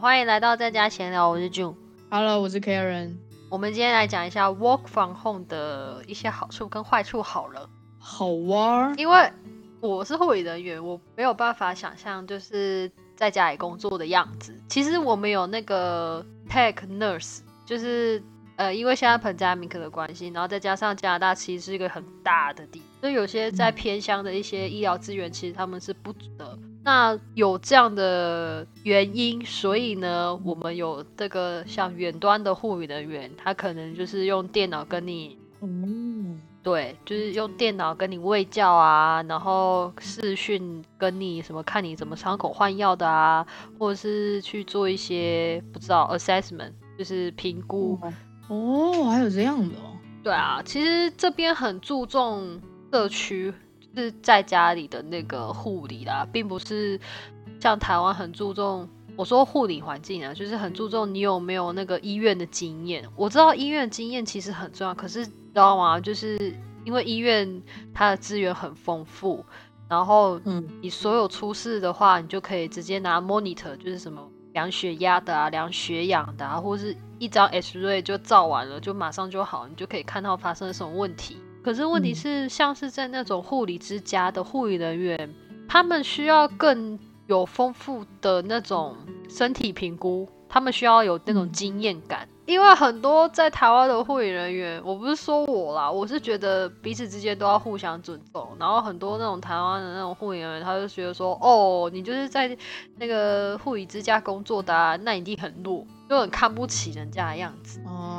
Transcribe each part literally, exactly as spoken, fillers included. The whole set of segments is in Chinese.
欢迎来到在家闲聊，我是 June。Hello， 我是 Karen。 我们今天来讲一下 work from home 的一些好处跟坏处好了。 好玩， 因为我是护理人员，我没有办法想象就是在家里工作的样子。其实我们有那个 tech nurse， 就是呃，因为现在 pandemic 的关系，然后再加上加拿大其实是一个很大的地方，所以有些在偏乡的一些医疗资源，其实他们是不足的。那有这样的原因，所以呢，我们有这个像远端的护理人员，他可能就是用电脑跟你，嗯，对，就是用电脑跟你卫教啊，然后视讯跟你什么看你怎么伤口换药的啊，或者是去做一些不知道 assessment， 就是评估。 哦，还有这样的哦。 对啊，其实这边很注重社区。是在家里的那个护理啦，并不是像台湾很注重，我说护理环境啊，就是很注重你有没有那个医院的经验。我知道医院的经验其实很重要，可是知道吗？就是因为医院它的资源很丰富，然后你所有出事的话，你就可以直接拿 monitor， 就是什么量血压的啊、量血氧的啊，或是一张 X-ray 就照完了，就马上就好，你就可以看到发生了什么问题。可是问题是，像是在那种护理之家的护理人员，他们需要更有丰富的那种身体评估，他们需要有那种经验感。因为很多在台湾的护理人员，我不是说我啦，我是觉得彼此之间都要互相尊重。然后很多那种台湾的那种护理人员，他就觉得说，哦，你就是在那个护理之家工作的啊，那一定很弱，就很看不起人家的样子。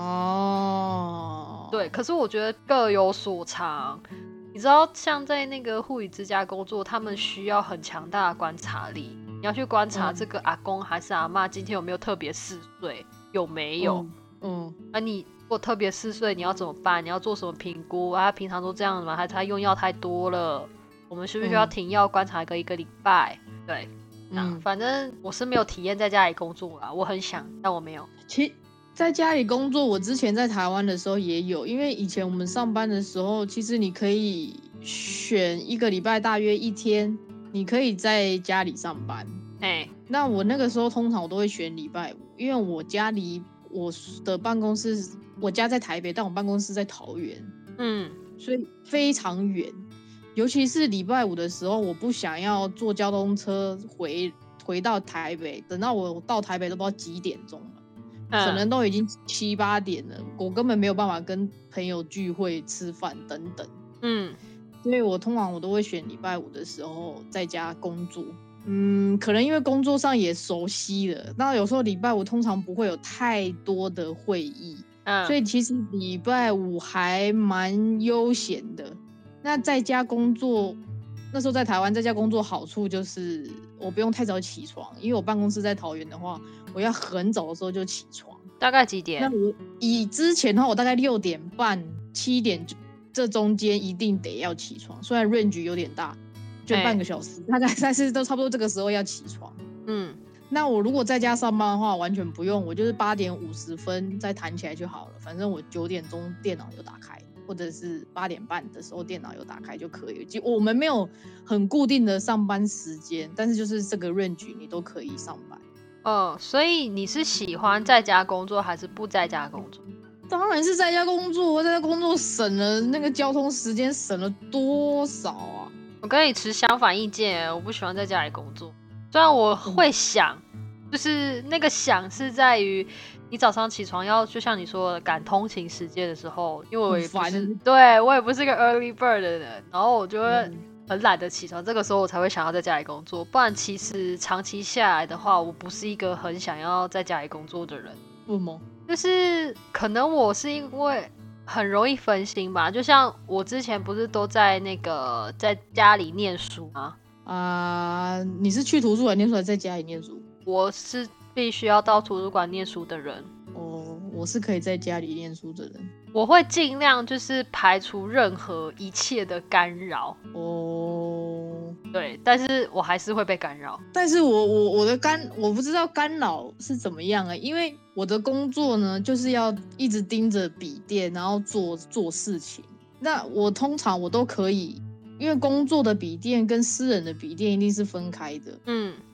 哦，对，可是我觉得各有所长。你知道，像在那个护理之家工作，他们需要很强大的观察力。你要去观察这个阿公还是阿嬷今天有没有特别嗜睡，有没有？嗯，嗯啊，你如果特别嗜睡，你要怎么办？你要做什么评估啊？他平常都这样吗？还是他用药太多了？我们需不需要停药观察一个一个礼拜？对，嗯，反正我是没有体验在家里工作啦，我很想，但我没有。 其在家里工作，我之前在台湾的时候也有，因为以前我们上班的时候，其实你可以选一个礼拜大约一天，你可以在家里上班。哎，那我那个时候通常我都会选礼拜五，因为我家离我的办公室，我家在台北，但我办公室在桃园，嗯，所以非常远。尤其是礼拜五的时候，我不想要坐交通车回回到台北，等到我到台北都不知道几点钟了。可能都已经七八点了，我根本没有办法跟朋友聚会、吃饭等等。嗯，所以我通常我都会选礼拜五的时候在家工作。嗯，可能因为工作上也熟悉了，那有时候礼拜五通常不会有太多的会议，嗯，所以其实礼拜五还蛮悠闲的。那在家工作，那时候在台湾在家工作好处就是我不用太早起床，因为我办公室在桃园的话，我要很早的时候就起床。 大概几点？ 那我以之前的话，我大概六点半、七点这中间一定得要起床，虽然 range 有点大，就半个小时，欸、大概但是都差不多这个时候要起床。嗯，那我如果在家上班的话，完全不用，我就是八点五十分再弹起来就好了，反正我九点钟电脑就打开。或者是八点半的时候电脑有打开就可以，就我们没有很固定的上班时间，但是就是这个 range 你都可以上班。 哦，所以你是喜欢在家工作还是不在家工作？ 当然是在家工作，我在家工作省了那个交通时间省了多少啊！ 我跟你持相反意见，我不喜欢在家里工作。虽然我会想，嗯、就是那个想是在于。你早上起床要就像你说的赶通勤时间的时候，因为我也不是对我也不是个 early bird 的人，然后我就会很懒得起床，这个时候我才会想要在家里工作。不然其实长期下来的话，我不是一个很想要在家里工作的人。 为什么？ 就是可能我是因为很容易分心吧，就像我之前不是都在那个在家里念书吗？ 啊、呃，你是去图书馆念书，还是在家里念书？ 我是。必须要到图书馆念书的人哦，我是可以在家里念书的人。 我会尽量就是排除任何一切的干扰哦， 对，但是我还是会被干扰。 但是我我我的干我不知道干扰是怎么样啊、欸，因为我的工作呢就是要一直盯着笔电，然后做做事情。那我通常我都可以，因为工作的笔电跟私人的笔电一定是分开的。嗯。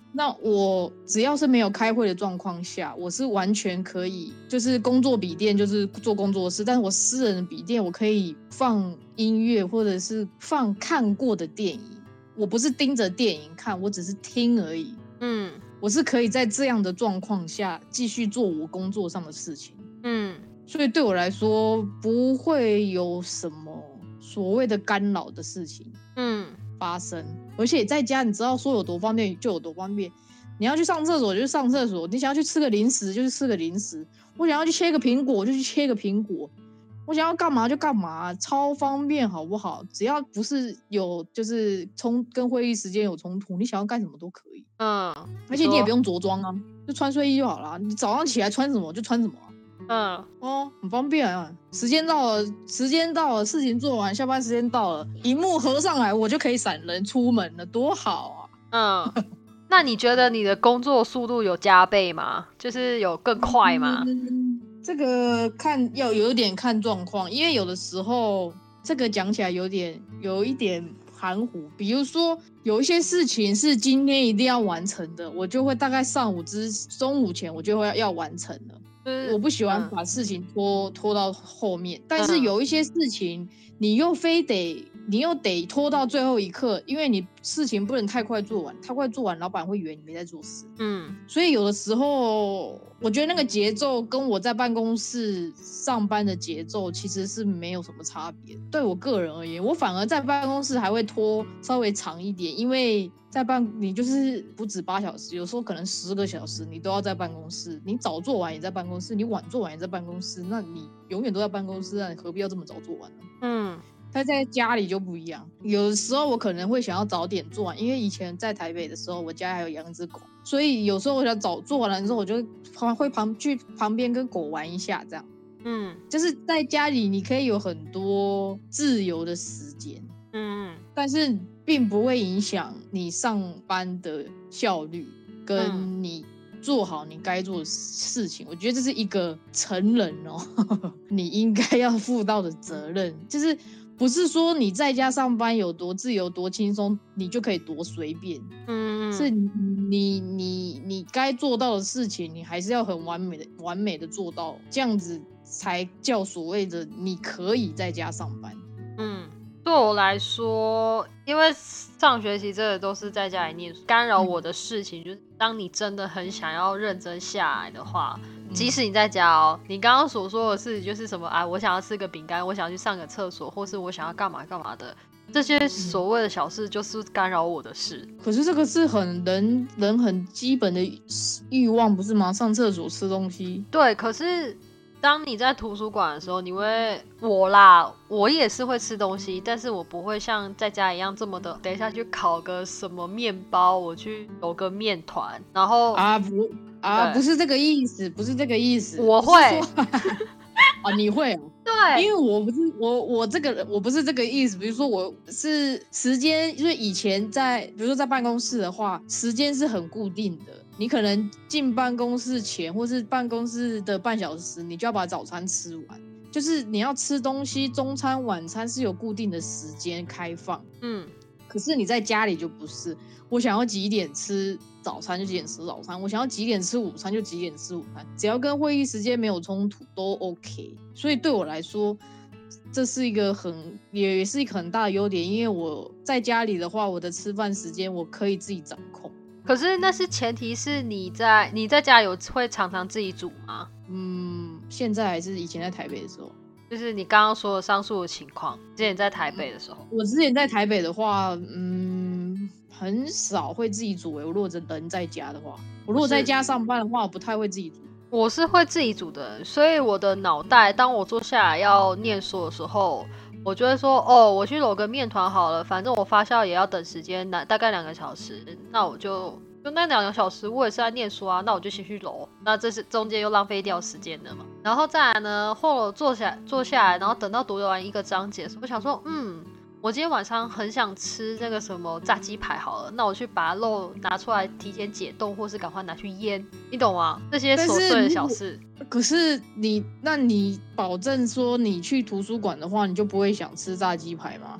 那我只要是没有开会的状况下，我是完全可以，就是工作笔电就是做工作室，但是我私人的笔电我可以放音乐或者是放看过的电影，我不是盯着电影看，我只是听而已。嗯，我是可以在这样的状况下继续做我工作上的事情。嗯，所以对我来说不会有什么所谓的干扰的事情。嗯。发生，而且在家你知道说有多方便就有多方便，你要去上厕所就去上厕所，你想要去吃个零食就去吃个零食，我想要去切个苹果就去切个苹果，我想要干嘛就干嘛，超方便好不好？只要不是有就是冲跟会议时间有冲突，你想要干什么都可以。嗯，而且你也不用着装啊，就穿睡衣就好了，你早上起来穿什么就穿什么啊。嗯，哦，很方便啊！时间到了，时间到了，事情做完，下班时间到了，荧幕合上来，我就可以闪人出门了，多好啊！嗯，那你觉得你的工作速度有加倍吗？就是有更快吗？ 嗯，这个看要有一点看状况，因为有的时候这个讲起来有点有一点含糊。比如说有一些事情是今天一定要完成的，我就会大概上午之中午前我就会要完成了。我不喜欢把事情拖、嗯、拖到后面，但是有一些事情你又非得你又得拖到最后一刻，因为你事情不能太快做完，太快做完老板会以为你没在做事。嗯，所以有的时候我觉得那个节奏跟我在办公室上班的节奏其实是没有什么差别。对我个人而言，我反而在办公室还会拖稍微长一点，因为在办你就是不止八小时，有时候可能十个小时你都要在办公室，你早做完也在办公室，你晚做完也在办公室，那你永远都在办公室，那你何必要这么早做完呢？嗯，他在家里就不一样，有的时候我可能会想要早点做完，因为以前在台北的时候我家还有养一只狗，所以有时候我想早做完了之后我就会旁去旁边跟狗玩一下这样。嗯，就是在家里你可以有很多自由的时间。嗯，但是并不会影响你上班的效率跟你做好你该做的事情。我觉得这是一个成人哦你应该要负到的责任，就是不是说你在家上班有多自由多轻松你就可以多随便。嗯，是你你你该做到的事情你还是要很完美的完美的做到，这样子才叫所谓的你可以在家上班。嗯， 对我来说，因为上学期真的都是在家里念书，干扰我的事情、嗯、就是当你真的很想要认真下来的话、嗯、即使你在家哦，你刚刚所说的事就是什么啊，我想要吃个饼干，我想要去上个厕所，或是我想要干嘛干嘛的，这些所谓的小事就是干扰我的事。 可是这个是很人人很基本的欲望不是吗？上厕所吃东西。 对，可是当你在图书馆的时候，你会我啦，我也是会吃东西，但是我不会像在家一样这么的，等一下去烤个什么面包，我去揉个面团，然后啊不啊不是这个意思，不是这个意思， 我会啊你会、啊、 对， 因为我不是我我这个我不是这个意思，比如说我是时间，就是以前在比如说在办公室的话，时间是很固定的。你可能进办公室前或是办公室的半小时你就要把早餐吃完，就是你要吃东西中餐晚餐是有固定的时间开放。嗯，可是你在家里就不是，我想要几点吃早餐就几点吃早餐，我想要几点吃午餐就几点吃午餐，只要跟会议时间没有冲突都 OK。 所以对我来说这是一个很也是一个很大的优点，因为我在家里的话我的吃饭时间我可以自己掌控。 可是那是前提是你在你在家有会常常自己煮吗？ 嗯，现在还是以前在台北的时候。 就是你刚刚说的上述的情况，之前在台北的时候。 我之前在台北的话，嗯，很少会自己煮。我如果人在家的话，我如果在家上班的话，我不太会自己煮。 我是会自己煮的，所以我的脑袋，当我坐下来要念书的时候，我就会说，哦，我去揉个面团好了，反正我发酵也要等时间，大概两个小时，那我就就那两个小时，我也是在念书啊，那我就先去揉，那这是中间又浪费掉时间的嘛。然后再来呢，后来坐下坐下来，然后等到读完一个章节，我想说，嗯，我今天晚上很想吃那个什么炸鸡排好了，那我去把肉拿出来提前解冻，或是赶快拿去腌，你懂吗？这些琐碎的小事。 可是你，那你保证说你去图书馆的话，你就不会想吃炸鸡排吗？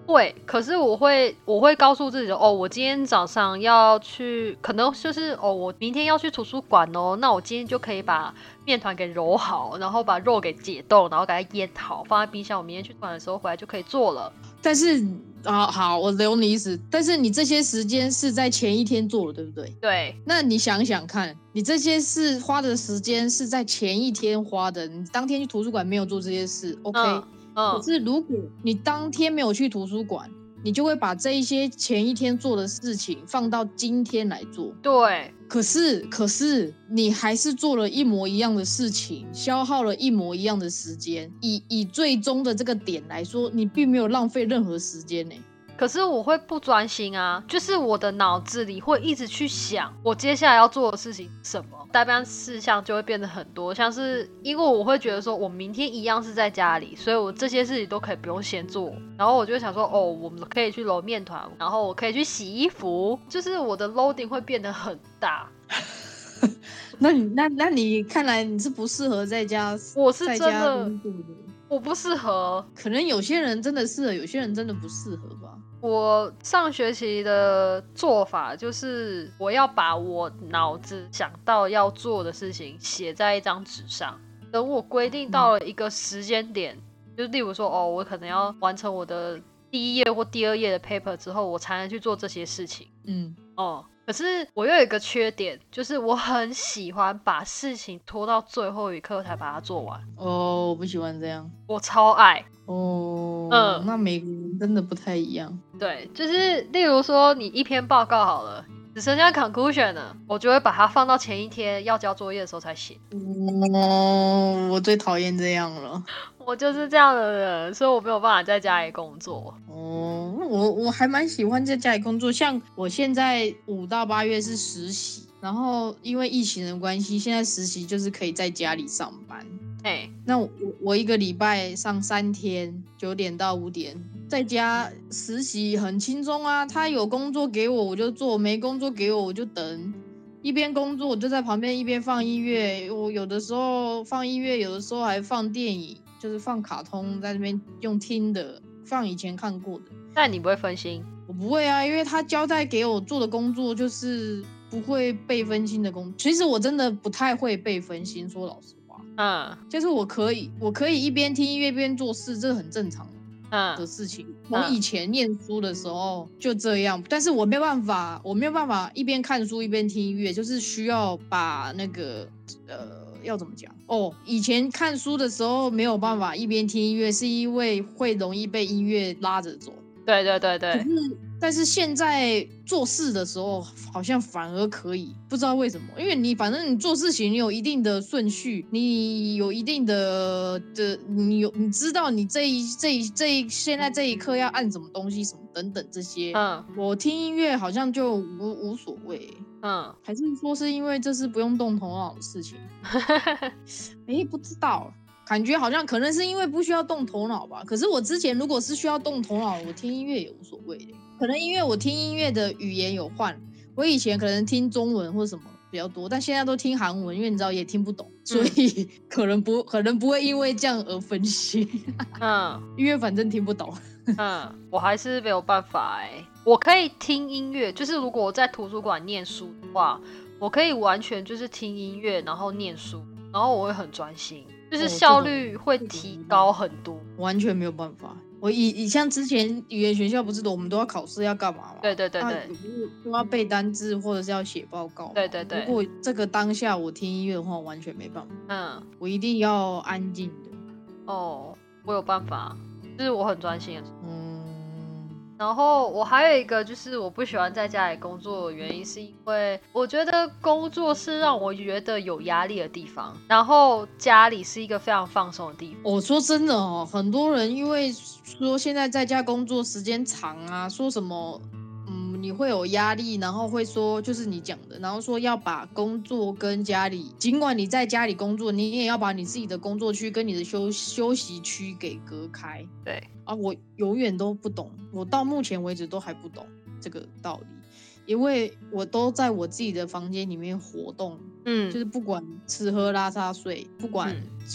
会，可是我会我会告诉自己哦，我今天早上要去，可能就是哦，我明天要去图书馆哦，那我今天就可以把面团给揉好，然后把肉给解冻，然后给它腌好，放在冰箱，我明天去图书馆的时候回来就可以做了。 但是啊，好，我留你意思。但是你这些时间是在前一天做的，对不对？ 对。 那你想想看，你这些事花的时间是在前一天花的，你当天去图书馆没有做这些事 ，OK？、 嗯嗯、 可是如果你当天没有去图书馆，你就会把这一些前一天做的事情放到今天来做。 对。 可是，可是你还是做了一模一样的事情，消耗了一模一样的时间。以以最终的这个点来说，你并没有浪费任何时间呢、欸。 可是我会不专心啊，就是我的脑子里会一直去想我接下来要做的事情是什么，代办事项就会变得很多，像是因为我会觉得说我明天一样是在家里，所以我这些事情都可以不用先做，然后我就想说哦，我们可以去揉面团，然后我可以去洗衣服，就是我的 loading 会变得很大。 那你那那你看来你是不适合在家， 我是真的在家工作的， 我不适合。 可能有些人真的适合，有些人真的不适合吧。 我上学期的做法就是我要把我脑子想到要做的事情写在一张纸上，等我规定到了一个时间点，嗯、就例如说哦，我可能要完成我的第一页或第二页的 paper 之后，我才能去做这些事情。 嗯， 哦。可是我又有一个缺点，就是我很喜欢把事情拖到最后一刻才把它做完。 哦，我不喜欢这样。 我超爱。 哦， 嗯， 那每个人真的不太一样。 对，就是例如说你一篇报告好了，只剩下 conclusion 了，我就会把它放到前一天要交作业的时候才写。 哦，我最讨厌这样了。 我就是这样的人，所以我没有办法在家里工作。 哦，我我还蛮喜欢在家里工作，像我现在五到八月是实习，然后因为疫情的关系，现在实习就是可以在家里上班。 哎， 那我我一个礼拜上三天，九点到五点，在家实习很轻松啊。他有工作给我我就做，没工作给我我就等。一边工作我就在旁边一边放音乐，我有的时候放音乐，有的时候还放电影，就是放卡通，在那边用听的，放以前看过的。 但你不会分心？ 我不会啊，因为他交代给我做的工作就是不会被分心的工作。其实我真的不太会被分心，说老实话。嗯，就是我可以，我可以一边听音乐一边做事，这很正常的事情。从、嗯、以前念书的时候就这样，但是我没有办法，我没有办法一边看书一边听音乐，就是需要把那个呃。要怎么讲哦？以前看书的时候没有办法一边听音乐，是因为会容易被音乐拉着走。 对对对对。 可是，但是现在做事的时候，好像反而可以，不知道为什么。因为你反正你做事情，你有一定的顺序，你有一定的的，你有你知道你这一这一这一现在这一刻要按什么东西，什么等等这些。嗯，我听音乐好像就无无所谓。嗯，还是说是因为这是不用动头脑的事情？哎，不知道。感觉好像可能是因为不需要动头脑吧，可是我之前如果是需要动头脑，我听音乐也无所谓的。可能因为我听音乐的语言有换，我以前可能听中文或什么比较多，但现在都听韩文，因为你知道也听不懂，所以可能不可能不会因为这样而分心。嗯，因为反正听不懂。 嗯，我还是没有办法哎、欸。我可以听音乐，就是如果我在图书馆念书的话，我可以完全就是听音乐，然后念书，然后我会很专心。就是效率会提高很多。哦这个、 完全没有办法。我以以像之前语言学校不是的，我们都要考试要干嘛嘛？ 对对对对， 啊、都要背单字或者是要写报告。 对对对。 如果这个当下我听音乐的话，完全没办法。嗯，我一定要安静的。 哦，我有办法，就是我很专心。嗯。然后我还有一个就是我不喜欢在家里工作的原因，是因为我觉得工作是让我觉得有压力的地方，然后家里是一个非常放松的地方。 我、哦、说真的哦，很多人因为说现在在家工作时间长啊，说什么嗯你会有压力，然后会说就是你讲的，然后说要把工作跟家里，尽管你在家里工作，你也要把你自己的工作区跟你的休休息区给隔开。 对啊，我永远都不懂，我到目前为止都还不懂这个道理，因为我都在我自己的房间里面活动，嗯，就是不管吃喝拉撒睡，不管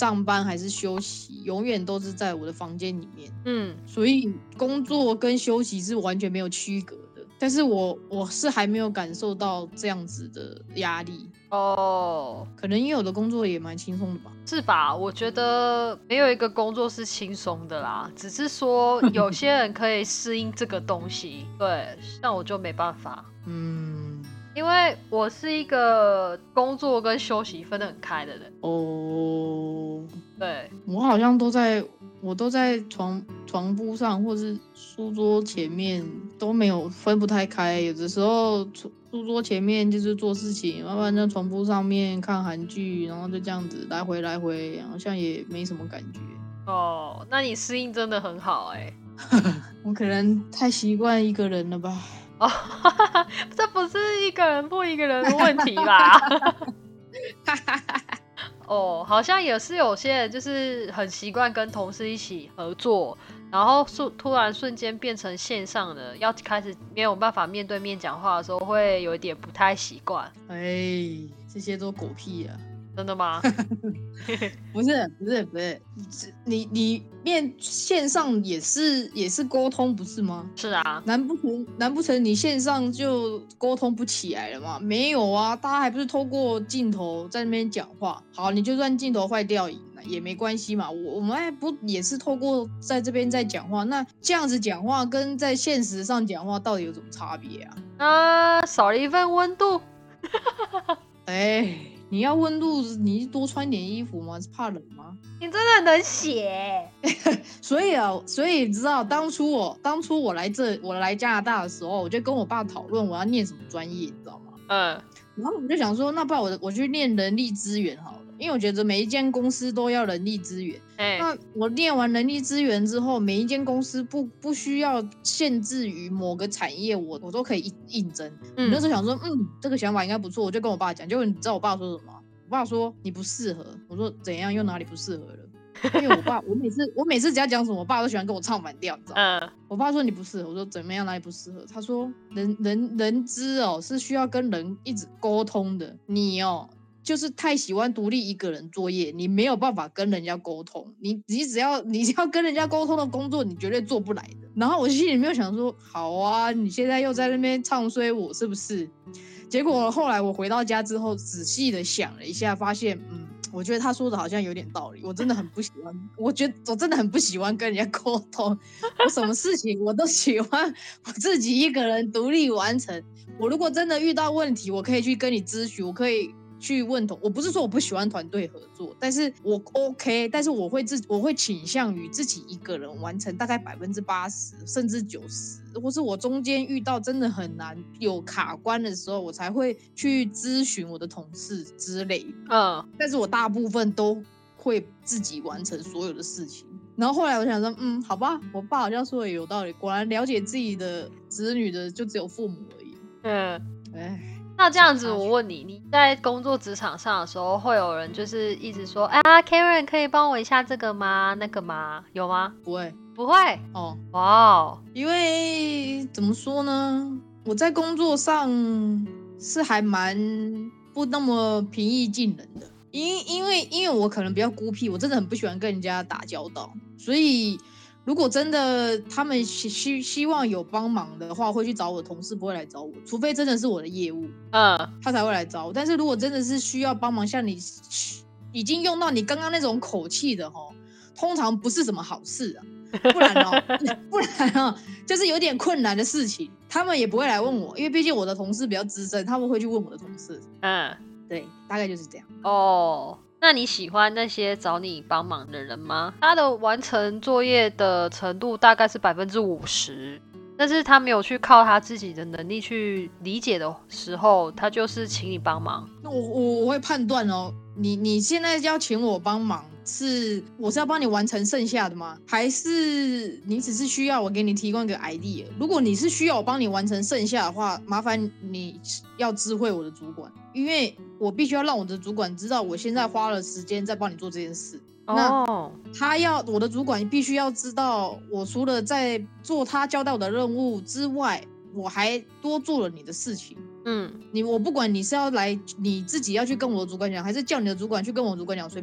上班还是休息，永远都是在我的房间里面。 嗯， 所以工作跟休息是完全没有区隔的。但是我我是还没有感受到这样子的压力。 哦， 可能因为我的工作也蛮轻松的吧。 是吧？我觉得没有一个工作是轻松的啦，只是说有些人可以适应这个东西，对，像我就没办法。 嗯， 因为我是一个工作跟休息分得很开的人。 哦， 对， 我好像都在，我都在床床铺上或是书桌前面都没有分不太开。有的时候书桌前面就是做事情，要不然在床铺上面看韩剧，然后就这样子来回来回，好像也没什么感觉。 哦，那你适应真的很好哎、 我可能太习惯一个人了吧。 哦，这不是一个人不一个人的问题吧？哦，好像也是有些人就是很习惯跟同事一起合作，然后突然瞬间变成线上的，要开始没有办法面对面讲话的时候，会有一点不太习惯。 哎，这些都狗屁啊！ 真的吗？ 不是不是不是，你你面线上也是也是沟通不是吗？ 是啊， 难不成难不成你线上就沟通不起来了吗？没有啊，大家还不是透过镜头在那边讲话。好，你就算镜头坏掉也没关系嘛，我我们还不也是透过在这边在讲话？那这样子讲话跟在现实上讲话到底有什么差别啊？ 啊，少了一份温度。 哎。你要温度，你多穿点衣服吗？是怕冷吗？ 你真的能写， 所以啊，所以你知道当初我当初我来这我来加拿大的时候，我就跟我爸讨论我要念什么专业，你知道吗？ 嗯， 然后我就想说，那不然我我去念人力资源好了，因为我觉得每一间公司都要人力资源。 欸、 那我念完人力资源之后，每一间公司不不需要限制于某个产业，我我都可以应征。嗯、我那时候想说，嗯，这个想法应该不错，我就跟我爸讲。结果你知道我爸说什么？我爸说你不适合。我说怎样？又哪里不适合了？因为我爸，我每次我每次只要讲什么，我爸都喜欢跟我唱反调，你知道吗？嗯、我爸说你不适合，我说怎么样哪里不适合？他说人人人资哦是需要跟人一直沟通的，你哦。就是太喜欢独立一个人作业，你没有办法跟人家沟通，你你只要你要跟人家沟通的工作，你绝对做不来的。然后我心里面想说，好啊，你现在又在那边唱衰我是不是？结果后来我回到家之后，仔细的想了一下，发现，嗯，我觉得他说的好像有点道理。我真的很不喜欢，我觉得我真的很不喜欢跟人家沟通。我什么事情我都喜欢我自己一个人独立完成。我如果真的遇到问题，我可以去跟你咨询，我可以。去问同，我不是说我不喜欢团队合作，但是我 OK， 但是我会自我会倾向于自己一个人完成大概百分之八十甚至九十，或是我中间遇到真的很难有卡关的时候，我才会去咨询我的同事之类的。嗯，但是我大部分都会自己完成所有的事情。然后后来我想说，嗯，好吧，我爸好像说的有道理，果然了解自己的子女的就只有父母而已。嗯，哎。 那这样子，我问你，你在工作职场上的时候，会有人就是一直说，啊 ，Karen 可以帮我一下这个吗？那个吗？有吗？ 不会， 不会。哦， 哇，因为怎么说呢，我在工作上是还蛮不那么平易近人的，因因为因为我可能比较孤僻，我真的很不喜欢跟人家打交道，所以。如果真的他们希希望有帮忙的话，会去找我的同事，不会来找我，除非真的是我的业务，嗯，他才会来找我。但是如果真的是需要帮忙，像你已经用到你刚刚那种口气的齁，通常不是什么好事啊，不然哦，不然哦，就是有点困难的事情，他们也不会来问我，因为毕竟我的同事比较资深，他们会去问我的同事。嗯，对，大概就是这样。 哦。那你喜欢那些找你帮忙的人吗？他的完成作业的程度大概是百分之五十，但是他没有去靠他自己的能力去理解的时候，他就是请你帮忙。 那我我我会判断哦，你你现在要请我帮忙，是我是要帮你完成剩下的吗？还是你只是需要我给你提供一个 idea？ 如果你是需要我帮你完成剩下的话，麻烦你要知会我的主管，因为我必须要让我的主管知道我现在花了时间在帮你做这件事。那他要我的主管必须要知道，我除了在做他交代我的任务之外，我还多做了你的事情。嗯，你我不管你是要来你自己要去跟我的主管讲，还是叫你的主管去跟我的主管讲，随便你。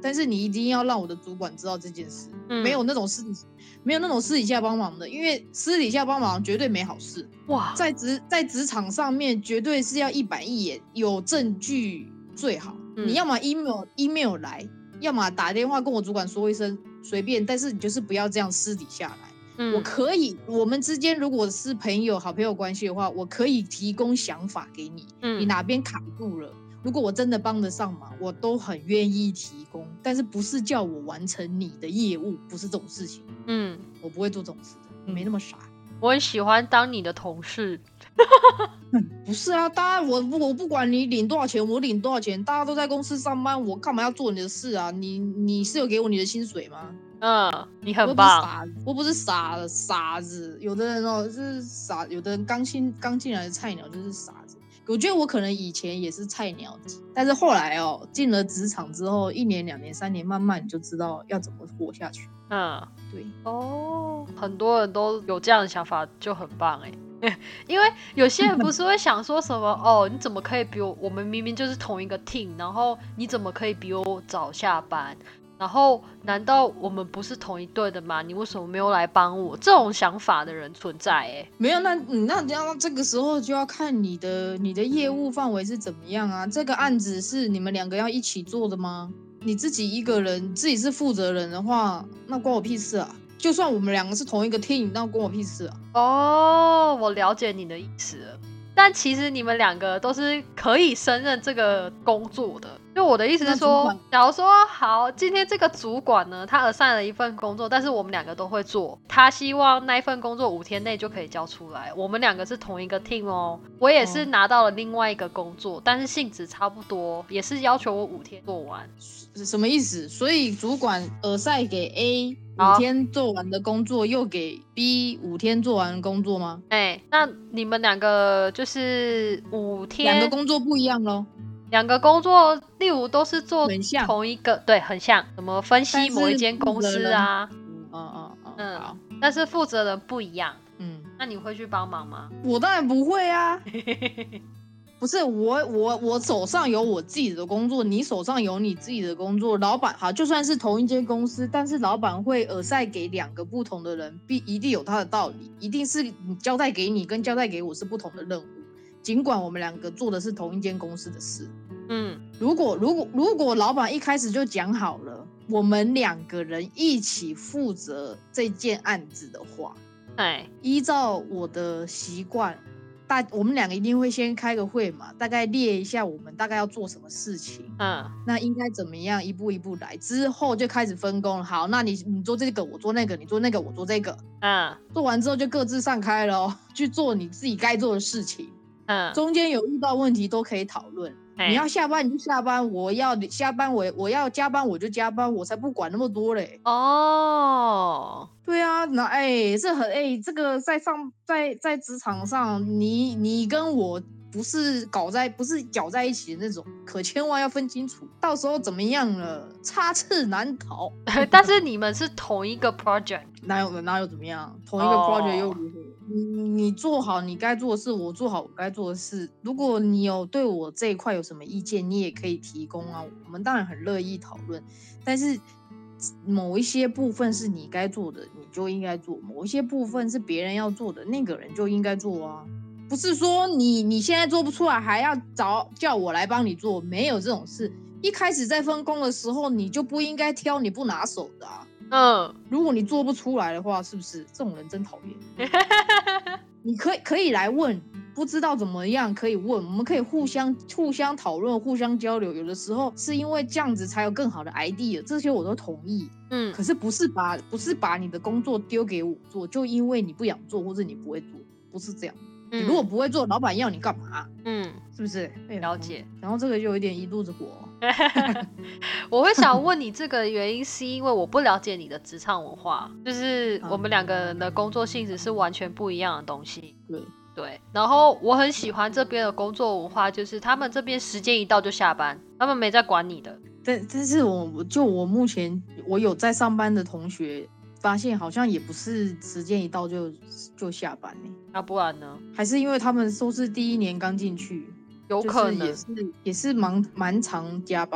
但是你一定要让我的主管知道这件事， 嗯、 没有那种私底没有那种私底下帮忙的，因为私底下帮忙绝对没好事。 哇， 在职在职场上面绝对是要一板一眼，有证据最好。嗯、你要么 email email 来，要么打电话跟我主管说一声，随便，但是你就是不要这样私底下来。嗯、我可以，我们之间如果是朋友、好朋友关系的话，我可以提供想法给你，嗯、你哪边卡住了，如果我真的帮得上忙，我都很愿意提供，但是不是叫我完成你的业务，不是这种事情。嗯，我不会做这种事的，我没那么傻。 我很喜欢当你的同事。 不是啊，大家我我不管你领多少钱，我领多少钱，大家都在公司上班，我干嘛要做你的事啊？你你是有给我你的薪水吗？ 嗯，你很棒。 我不是傻的傻子，有的人哦就是傻，有的人刚进刚进来的菜鸟就是傻子。我觉得我可能以前也是菜鸟，但是后来哦进了职场之后，一年、两年、三年，慢慢你就知道要怎么活下去。嗯，对哦，很多人都有这样的想法，就很棒哎。因为有些人不是会想说什么哦，你怎么可以比我？我们明明就是同一个 team， 然后你怎么可以比我早下班？然后难道我们不是同一队的吗？你为什么没有来帮我？这种想法的人存在哎， 没有，那那要这个时候就要看你的你的业务范围是怎么样啊？这个案子是你们两个要一起做的吗？你自己一个人自己是负责人的话，那关我屁事啊！就算我们两个是同一个 team， 那关我屁事啊！ 哦，我了解你的意思了。但其实你们两个都是可以胜任这个工作的。就我的意思是说，假如说好，今天这个主管呢，他assign了一份工作，但是我们两个都会做，他希望那一份工作五天内就可以交出来。我们两个是同一个 team 哦，我也是拿到了另外一个工作，哦、但是性质差不多，也是要求我五天做完。 什么意思？所以主管assign给 A 五天做完的工作，又给 B 五天做完的工作吗？ 哎、欸，那你们两个就是五天， 两个工作不一样咯。 两个工作，例如都是做同一个，对，很像，什么分析某一间公司啊， 嗯嗯嗯嗯，好， 但是负责人不一样，嗯，那你会去帮忙吗？ 我当然不会啊，不是我我我手上有我自己的工作，你手上有你自己的工作，老板好，就算是同一间公司，但是老板会assign给两个不同的人，必一定有他的道理，一定是你交代给你跟交代给我是不同的任务。尽管我们两个做的是同一间公司的事，嗯，如果如果如果老板一开始就讲好了，我们两个人一起负责这件案子的话，哎，依照我的习惯，大我们两个一定会先开个会嘛，大概列一下我们大概要做什么事情，嗯，那应该怎么样，一步一步来，之后就开始分工。好，那你你做这个，我做那个，你做那个，我做这个，嗯，做完之后就各自散开了哦，去做你自己该做的事情。嗯，中间有遇到问题都可以讨论。你要下班你就下班，我要下班我我要加班我就加班，我才不管那么多嘞。哦，对啊，那哎、欸，这很哎、欸，这个在上在在职场上，你你跟我不是搞在不是搅在一起的那种，可千万要分清楚，到时候怎么样了，差次难逃。 但是你们是同一个 project， 哪有哪有怎么样？同一个 project 又如何？哦你你做好你该做的事，我做好我该做的事。如果你有对我这一块有什么意见，你也可以提供啊，我们当然很乐意讨论。但是某一些部分是你该做的，你就应该做；某一些部分是别人要做的，那个人就应该做啊。不是说你你现在做不出来，还要找叫我来帮你做，没有这种事。一开始在分工的时候，你就不应该挑你不拿手的啊。嗯，如果你做不出来的话，是不是这种人真讨厌？你可以可以来问，不知道怎么样可以问，我们可以互相互相讨论、互相交流。有的时候是因为这样子才有更好的 idea， 这些我都同意。嗯，可是不是把不是把你的工作丢给我做，就因为你不想做或者你不会做，不是这样。嗯、你如果不会做，老板要你干嘛？嗯，是不是？ 了解。 然后这个就有一点一肚子火。 我会想问你这个原因，是因为我不了解你的职场文化，就是我们两个人的工作性质是完全不一样的东西。 对对，然后我很喜欢这边的工作文化，就是他们这边时间一到就下班，他们没在管你的。 但但是我就我目前我有在上班的同学发现，好像也不是时间一到就就下班呢、欸。 那不然呢？ 还是因为他们都是第一年刚进去。 有可能、 就是、也是也是蛮蛮常加班的，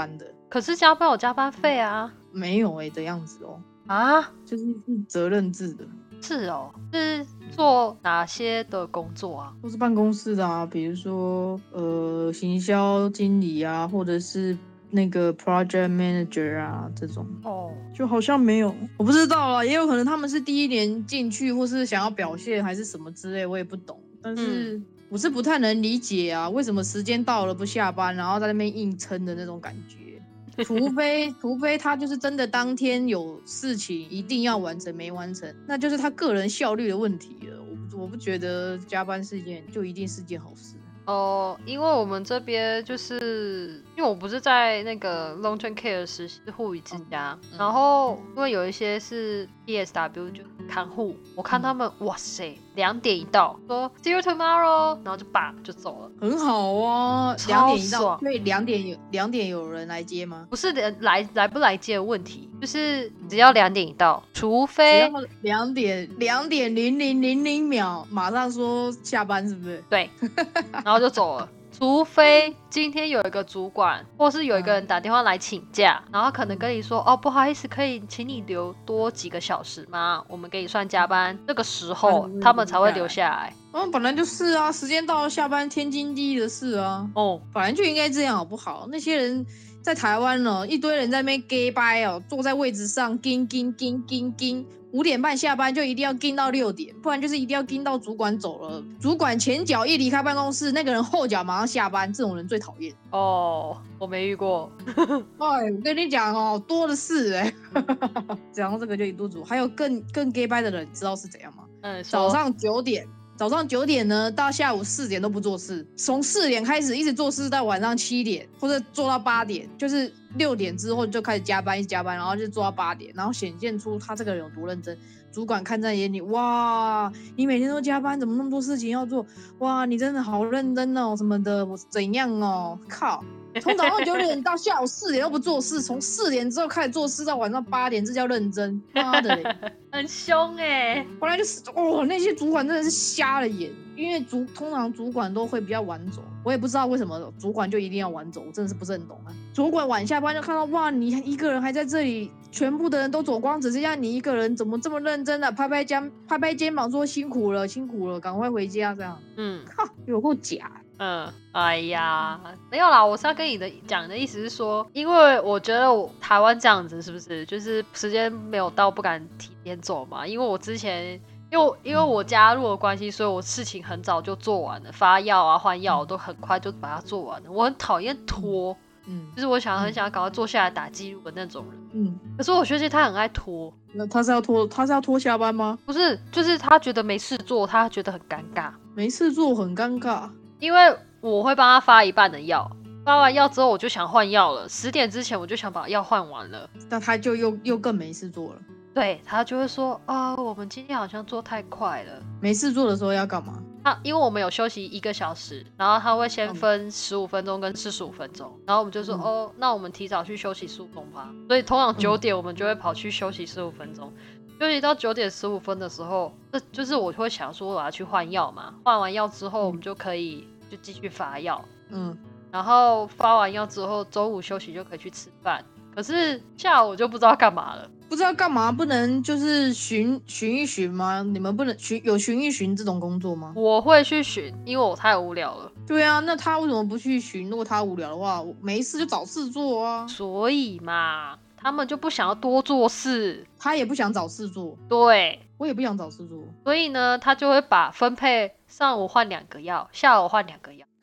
可是加班有加班费啊。 没有哎、欸、的样子哦。 啊， 就是是责任制的。 是哦，是做哪些的工作啊？ 都是办公室的啊，比如说呃行销经理啊，或者是那个 project manager 啊这种。 哦， 就好像没有，我不知道啊，也有可能他们是第一年进去，或是想要表现还是什么之类，我也不懂。但是我是不太能理解啊，为什么时间到了不下班，然后在那边硬撑的那种感觉。除非除非他就是真的当天有事情一定要完成没完成，那就是他个人效率的问题了。我不我不觉得加班是一件就一定是件好事。 哦，因为我们这边就是因为我不是在那个 long term care 实习护理之家，嗯嗯、然后因为有一些是 P S W 就看护，我看他们、嗯、哇塞，两点一到说 see you tomorrow， 然后就叭就走了， 很好啊。两点一到，所以两点有两点有人来接吗？ 不是来来不来接的问题，就是只要两点一到，除非两点两点零零零零秒马上说下班，是不是？ 对。然后就走了，除非今天有一个主管或是有一个人打电话来请假，然后可能跟你说哦不好意思，可以请你留多几个小时吗？我们给你算加班，这个时候他们才会留下来。 嗯，本来就是啊，时间到了下班天经地义的事啊。哦，本来就应该这样，好不好？那些人在台湾呢，一堆人在那边 gay 掰哦，坐在位置上盯盯盯盯盯。五点半下班就一定要盯到六点，不然就是一定要盯到主管走了。主管前脚一离开办公室，那个人后脚马上下班，这种人最讨厌。 哦，我没遇过。 哎，我跟你讲哦，多的是哎、欸。讲到这个就一肚子，还有更更 gay 掰的人，知道是怎样吗？嗯，早上九点。早上九点呢，到下午四点都不做事，从四点开始一直做事到晚上七点，或者做到八点，就是六点之后就开始加班，一直加班，然后就做到八点，然后显现出他这个人有多认真。主管看在眼里，哇，你每天都加班，怎么那么多事情要做？哇，你真的好认真哦，什么的，我怎样哦？靠！从早上九点到下午四点都不做事，从四点之后开始做事到晚上八点，这叫认真。妈的嘞， 很凶哎、欸！ 本来就是哦，那些主管真的是瞎了眼，因为主通常主管都会比较晚走，我也不知道为什么主管就一定要晚走，我真的是不是很懂啊。主管晚下班就看到哇，你一个人还在这里，全部的人都走光，只剩下你一个人，怎么这么认真啊？拍拍肩拍拍肩膀说辛苦了，辛苦了，赶快回家这样。嗯，靠，有够假。 嗯，哎呀，没有啦，我是要跟你的讲的意思是说，因为我觉得我台湾这样子是不是就是时间没有到不敢提前走嘛？因为我之前因为因为我加入的关系，所以我事情很早就做完了，发药啊换药我都很快就把它做完了。我很讨厌拖，嗯，就是我想很想要赶快坐下来打记录的那种人，嗯。可是我学姐她很爱拖， 那他是要拖他是要拖下班吗？ 不是，就是他觉得没事做，他觉得很尴尬， 没事做很尴尬。 因为我会帮他发一半的药，发完药之后我就想换药了，十点之前我就想把药换完了， 那他就又又更没事做了。 对，他就会说啊、哦，我们今天好像做太快了。 没事做的时候要干嘛？ 他因为我们有休息一个小时，然后他会先分十五分钟跟四十五分钟，然后我们就说、嗯、哦，那我们提早去休息十五分钟吧。所以通常九点我们就会跑去休息十五分钟。休息到九点十五分的时候，这就是我会想说我要去换药嘛，换完药之后我们就可以就继续发药，嗯，然后发完药之后中午休息就可以去吃饭。可是下午就不知道干嘛了， 不知道干嘛，不能就是巡巡一巡吗？你们不能巡有巡一巡这种工作吗？ 我会去巡，因为我太无聊了。 对啊，那他为什么不去巡？如果他无聊的话，没事就找事做啊。 所以嘛，他们就不想要多做事， 他也不想找事做。 对， 我也不想找事做。 所以呢，他就会把分配上午换两个药，下午换两个药。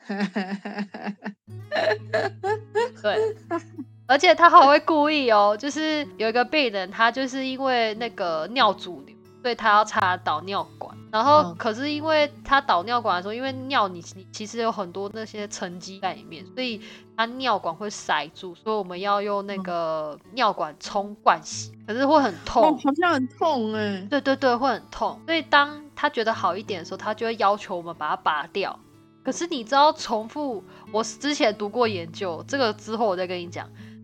对。而且他还会故意哦，就是有一个病人，他就是因为那个尿阻流，所以他要插导尿管。然后、嗯、可是因为他导尿管的时候，因为尿你你其实有很多那些沉积在里面，所以他尿管会塞住，所以我们要用那个尿管冲灌洗，可是会很痛， 哦、好像很痛哎、欸。 对对对，会很痛。所以当他觉得好一点的时候，他就会要求我们把它拔掉。可是你知道重复，我之前读过研究，这个之后我再跟你讲。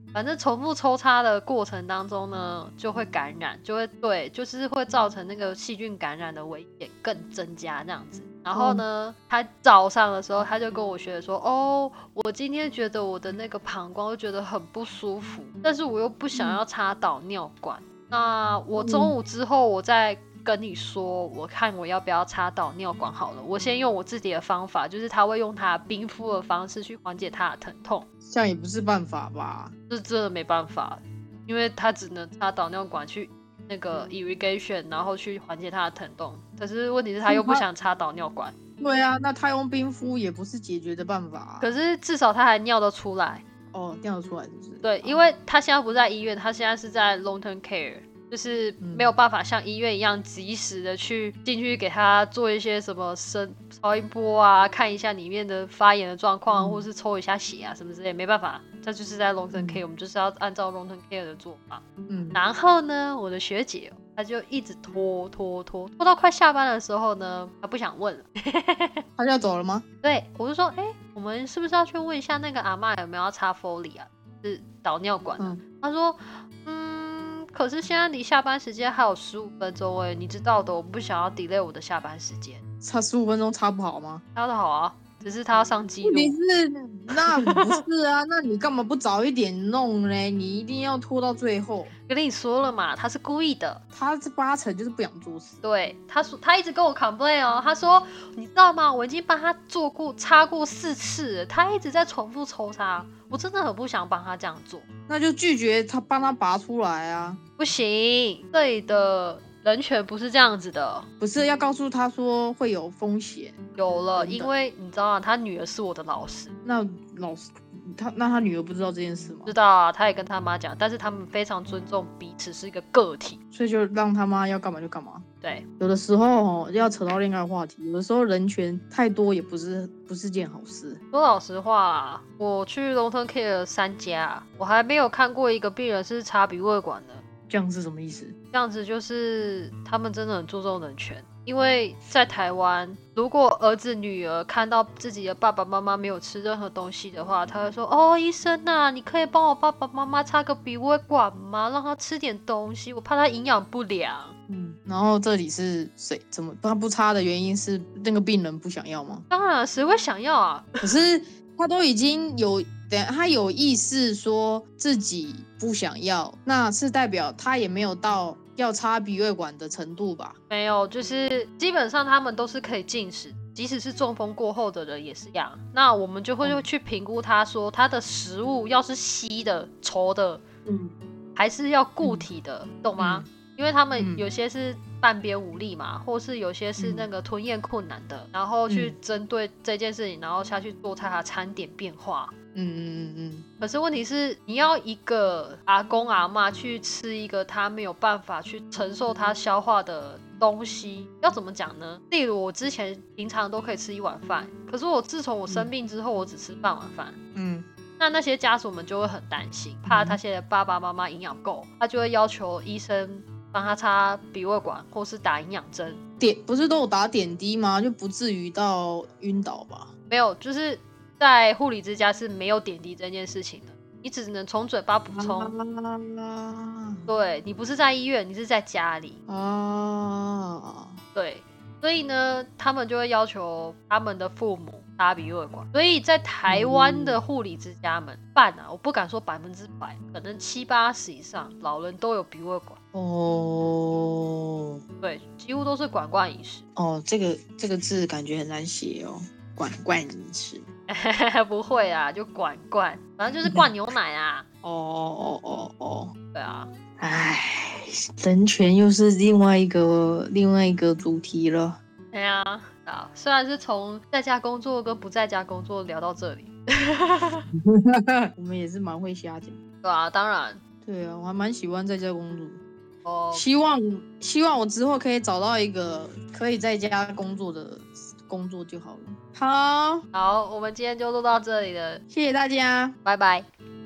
反正重复抽插的过程当中呢，就会感染，就会对，就是会造成那个细菌感染的危险更增加这样子。然后呢，嗯、他早上的时候他就跟我学说，哦，我今天觉得我的那个膀胱觉得很不舒服，但是我又不想要插导尿管。嗯、那我中午之后我再跟你说，我看我要不要插导尿管好了。我先用我自己的方法，就是他会用他冰敷的方式去缓解他的疼痛。 这样也不是办法吧？ 是真的没办法，因为他只能插导尿管去那个 irrigation， 然后去缓解他的疼痛。可是问题是他又不想插导尿管。 对啊，那他用冰敷也不是解决的办法、啊。 可是至少他还尿得出来。 哦，尿得出来是不是？ 对，因为他现在不在医院，他现在是在 long term care。就是没有办法像医院一样及时的去进去给他做一些什么声超音波啊，看一下里面的发炎的状况、嗯，或是抽一下血啊什么之类，没办法，这就是在 long term care，、嗯、我们就是要按照 long term care 的做法。嗯，然后呢，我的学姐她就一直拖拖拖拖到快下班的时候呢，她不想问了， 她就要走了吗？ 对，我就说，哎、欸，我们是不是要去问一下那个阿嬷有没有要插 Foley 啊，是导尿管的？嗯、她说，嗯。可是现在离下班时间还有十五分钟哎，你知道的，我不想要 delay 我的下班时间。 差十五分钟差不好吗？ 差得好啊，只是他要上记录。 问题是那不是啊，那你干嘛不早一点弄呢？你一定要拖到最后。 跟你说了嘛，他是故意的。 他这八成就是不想做事。 对，他说他一直跟我 complain 哦，他说你知道吗？我已经帮他做过插过四次了，他一直在重复抽插，我真的很不想帮他这样做。 那就拒绝他帮他拔出来啊！ 不行，这里的人权不是这样子的， 不是要告诉他说会有风险。 有了，因为你知道啊，他女儿是我的老师。 那老师他那他女儿不知道这件事吗？ 知道啊，他也跟他妈讲，但是他们非常尊重彼此是一个个体， 所以就让他妈要干嘛就干嘛。 对， 有的时候哦要扯到恋爱话题，有的时候人权太多也不是不是件好事。 说老实话啊，我去 long term care 三家，我还没有看过一个病人是插鼻胃管的。 这样是什么意思？ 这样子就是他们真的很注重人权，因为在台湾，如果儿子女儿看到自己的爸爸妈妈没有吃任何东西的话，他会说：“哦，医生啊，你可以帮我爸爸妈妈插个鼻胃管吗？让他吃点东西，我怕他营养不良。” 嗯，然后这里是谁？怎么他不插的原因是那个病人不想要吗？ 当然，谁会想要啊？ 可是他都已经有。等他有意识说自己不想要，那是代表他也没有到要插鼻胃管的程度吧？ 没有，就是基本上他们都是可以进食，即使是中风过后的人也是一样。那我们就会去评估他说他的食物要是稀的、稠的，嗯，还是要固体的，嗯、懂吗？嗯、因为他们有些是半边无力嘛，或是有些是那个吞咽困难的，嗯、然后去针对这件事情，然后下去做他的餐点变化。嗯嗯嗯嗯。可是问题是，你要一个阿公阿嬷去吃一个他没有办法去承受他消化的东西，要怎么讲呢？例如我之前平常都可以吃一碗饭，可是我自从我生病之后，我只吃半碗饭。嗯。那那些家属们就会很担心，怕他现在爸爸妈妈营养够，他就会要求医生帮他插鼻胃管或是打营养针。 点不是都有打点滴吗？就不至于到晕倒吧？ 没有，就是在护理之家是没有点滴这件事情的，你只能从嘴巴补充。啊、对，你不是在医院，你是在家里。啊，对，所以呢，他们就会要求他们的父母插鼻胃管。所以在台湾的护理之家们，半啊，我不敢说百分之百，可能七八十以上老人都有鼻胃管。哦，对，几乎都是管灌饮食。 哦，这个这个字感觉很难写哦，管灌饮食。 不会啊，就管灌，反正就是灌牛奶啊。 哦哦哦哦， 对啊。 唉，人权又是另外一个另外一个主题了。 对啊，啊，虽然是从在家工作跟不在家工作聊到这里， 我们也是蛮会瞎讲。 对啊，当然。 对啊，我还蛮喜欢在家工作。哦。希望希望我之后可以找到一个可以在家工作的工作就好了。好， 好，我们今天就录到这里了， 谢谢大家， 拜拜。